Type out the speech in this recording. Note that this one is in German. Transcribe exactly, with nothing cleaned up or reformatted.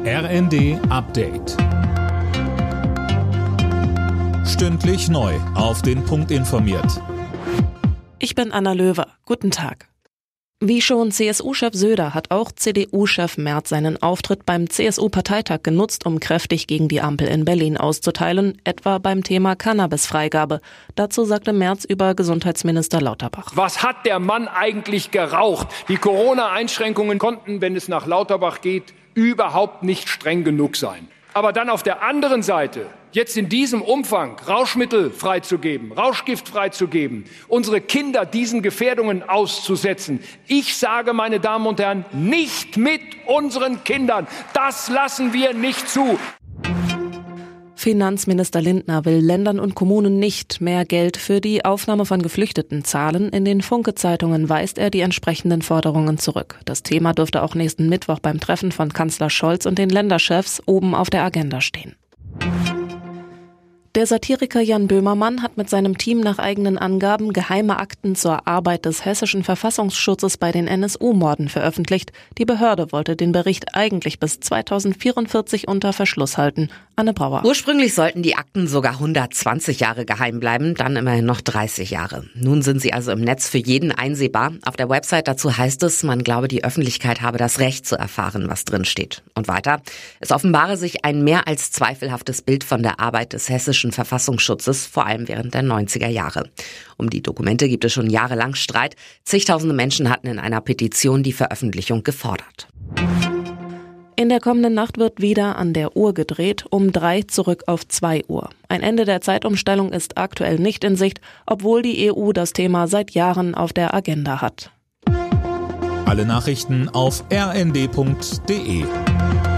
R N D Update. Stündlich neu auf den Punkt informiert. Ich bin Anna Löwer. Guten Tag. Wie schon C S U-Chef Söder hat auch C D U-Chef Merz seinen Auftritt beim C S U-Parteitag genutzt, um kräftig gegen die Ampel in Berlin auszuteilen, etwa beim Thema Cannabisfreigabe. Dazu sagte Merz über Gesundheitsminister Lauterbach. Was hat der Mann eigentlich geraucht? Die Corona-Einschränkungen konnten, wenn es nach Lauterbach geht, überhaupt nicht streng genug sein. Aber dann auf der anderen Seite, jetzt in diesem Umfang Rauschmittel freizugeben, Rauschgift freizugeben, unsere Kinder diesen Gefährdungen auszusetzen. Ich sage, meine Damen und Herren, nicht mit unseren Kindern. Das lassen wir nicht zu. Finanzminister Lindner will Ländern und Kommunen nicht mehr Geld für die Aufnahme von Geflüchteten zahlen. In den Funke-Zeitungen weist er die entsprechenden Forderungen zurück. Das Thema dürfte auch nächsten Mittwoch beim Treffen von Kanzler Scholz und den Länderchefs oben auf der Agenda stehen. Der Satiriker Jan Böhmermann hat mit seinem Team nach eigenen Angaben geheime Akten zur Arbeit des hessischen Verfassungsschutzes bei den N S U-Morden veröffentlicht. Die Behörde wollte den Bericht eigentlich bis zweitausendvierundvierzig unter Verschluss halten. Anne Brauer. Ursprünglich sollten die Akten sogar hundertzwanzig Jahre geheim bleiben, dann immerhin noch dreißig Jahre. Nun sind sie also im Netz für jeden einsehbar. Auf der Website dazu heißt es, man glaube, die Öffentlichkeit habe das Recht zu erfahren, was drin steht. Und weiter, es offenbare sich ein mehr als zweifelhaftes Bild von der Arbeit des hessischen Verfassungsschutzes, vor allem während der neunziger Jahre. Um die Dokumente gibt es schon jahrelang Streit. Zigtausende Menschen hatten in einer Petition die Veröffentlichung gefordert. In der kommenden Nacht wird wieder an der Uhr gedreht, um drei zurück auf zwei Uhr. Ein Ende der Zeitumstellung ist aktuell nicht in Sicht, obwohl die E U das Thema seit Jahren auf der Agenda hat. Alle Nachrichten auf r n d punkt d e.